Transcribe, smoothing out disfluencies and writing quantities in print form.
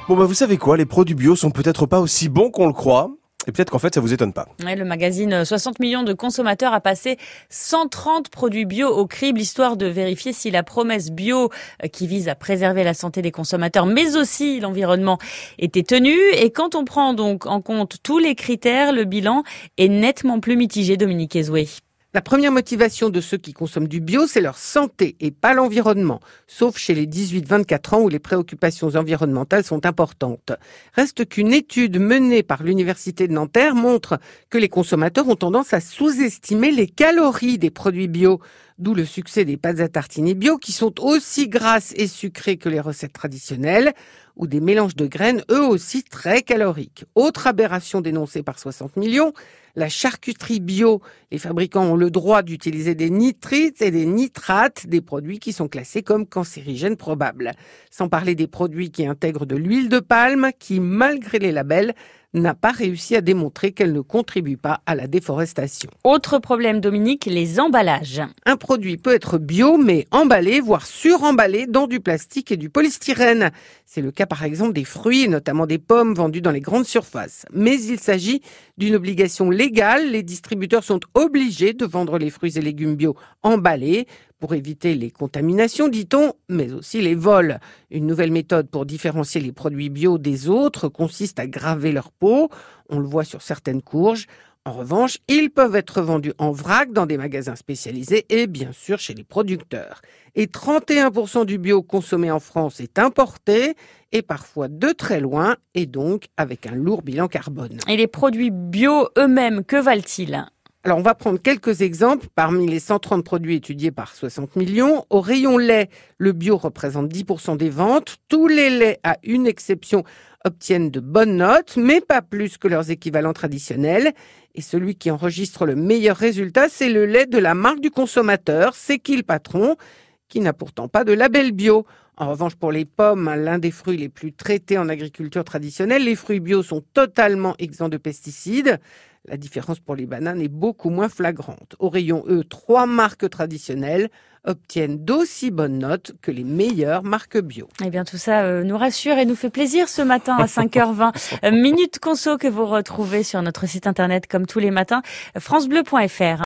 Bon vous savez quoi, les produits bio sont peut-être pas aussi bons qu'on le croit. Et peut-être qu'en fait, ça vous étonne pas. Ouais, le magazine 60 millions de consommateurs a passé 130 produits bio au crible, histoire de vérifier si la promesse bio qui vise à préserver la santé des consommateurs, mais aussi l'environnement, était tenue. Et quand on prend donc en compte tous les critères, le bilan est nettement plus mitigé, Dominique Ezoué. La première motivation de ceux qui consomment du bio, c'est leur santé et pas l'environnement, sauf chez les 18-24 ans où les préoccupations environnementales sont importantes. Reste qu'une étude menée par l'Université de Nanterre montre que les consommateurs ont tendance à sous-estimer les calories des produits bio, d'où le succès des pâtes à tartiner bio qui sont aussi grasses et sucrées que les recettes traditionnelles, ou des mélanges de graines eux aussi très caloriques. Autre aberration dénoncée par 60 millions, la charcuterie bio. Les fabricants ont le droit d'utiliser des nitrites et des nitrates, des produits qui sont classés comme cancérigènes probables. Sans parler des produits qui intègrent de l'huile de palme, qui, malgré les labels, n'a pas réussi à démontrer qu'elle ne contribue pas à la déforestation. Autre problème, Dominique, les emballages. Un produit peut être bio, mais emballé, voire suremballé dans du plastique et du polystyrène. C'est le cas par exemple des fruits, notamment des pommes vendus dans les grandes surfaces. Mais il s'agit d'une obligation légale. Les distributeurs sont obligés de vendre les fruits et légumes bio emballés pour éviter les contaminations, dit-on, mais aussi les vols. Une nouvelle méthode pour différencier les produits bio des autres consiste à graver leur peau. On le voit sur certaines courges. En revanche, ils peuvent être vendus en vrac dans des magasins spécialisés et bien sûr chez les producteurs. Et 31% du bio consommé en France est importé et parfois de très loin et donc avec un lourd bilan carbone. Et les produits bio eux-mêmes, que valent-ils ? Alors, on va prendre quelques exemples. Parmi les 130 produits étudiés par 60 millions, au rayon lait, le bio représente 10% des ventes. Tous les laits, à une exception, obtiennent de bonnes notes, mais pas plus que leurs équivalents traditionnels. Et celui qui enregistre le meilleur résultat, c'est le lait de la marque du consommateur. C'est qui le patron, qui n'a pourtant pas de label bio. En revanche, pour les pommes, l'un des fruits les plus traités en agriculture traditionnelle, les fruits bio sont totalement exempts de pesticides. La différence pour les bananes est beaucoup moins flagrante. Au rayon E, 3 marques traditionnelles obtiennent d'aussi bonnes notes que les meilleures marques bio. Eh bien, tout ça nous rassure et nous fait plaisir ce matin à 5h20. Minute Conso que vous retrouvez sur notre site internet comme tous les matins, francebleu.fr.